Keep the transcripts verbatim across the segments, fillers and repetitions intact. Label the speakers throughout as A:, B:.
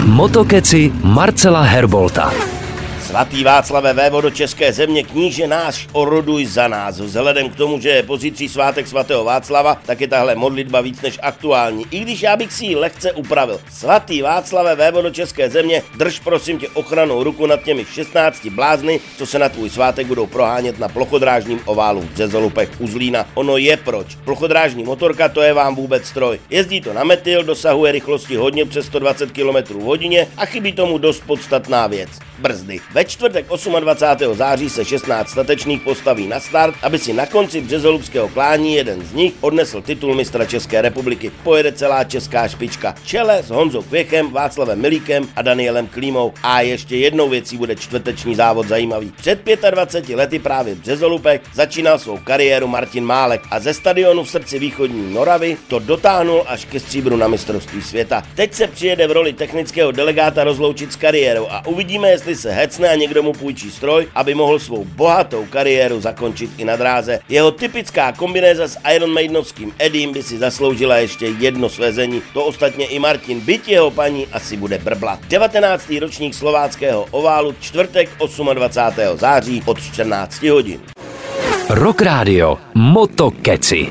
A: Motokeci Marcela Herbolta.
B: Svatý Václave, vévodo české země, kníže náš, oroduj za nás. Vzhledem k tomu, že je pozítří svátek svatého Václava, tak je tahle modlitba víc než aktuální. I když já bych si ji lehce upravil. Svatý Václave, vévodo české země, drž prosím tě ochranou ruku nad těmi šestnácti blázny, co se na tvůj svátek budou prohánět na plochodrážním oválu v Březolupech u Zlína. Ono je proč. Plochodrážní motorka, to je vám vůbec stroj. Jezdí to na metyl, dosahuje rychlosti hodně přes sto dvacet kilometrů v hodině a chybí tomu dost podstatná věc. Brzdy. Ve čtvrtek dvacátého osmého září se šestnáct statečných postaví na start, aby si na konci březolupského klání jeden z nich odnesl titul mistra České republiky. Pojede celá česká špička. Čele s Honzou Kvěchem, Václavem Milíkem a Danielem Klímou. A ještě jednou věcí bude čtvrteční závod zajímavý. Před dvaceti pěti lety právě v Březolupech začínal svou kariéru Martin Málek a ze stadionu v srdci východní Moravy to dotáhnul až ke stříbru na mistrovství světa. Teď se přijede v roli technického delegáta rozloučit s kariérou a uvidíme, jestli se hecne a někdo mu půjčí stroj, aby mohl svou bohatou kariéru zakončit i na dráze. Jeho typická kombinéza s Iron Maidenovským Eddiem by si zasloužila ještě jedno svezení. To ostatně i Martin, byť jeho paní, asi bude brblat. devatenáctý ročník slováckého oválu, čtvrtek dvacátého osmého září od čtrnácti hodin.
A: Rock Radio Motokeci.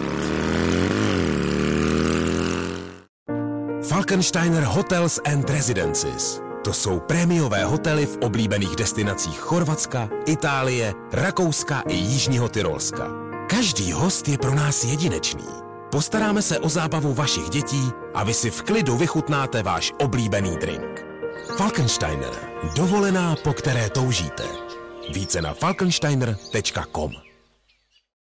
C: Falkensteiner Hotels and Residences. To jsou prémiové hotely v oblíbených destinacích Chorvatska, Itálie, Rakouska i Jižního Tyrolska. Každý host je pro nás jedinečný. Postaráme se o zábavu vašich dětí a vy si v klidu vychutnáte váš oblíbený drink. Falkensteiner. Dovolená, po které toužíte. Více na falkensteiner tečka com.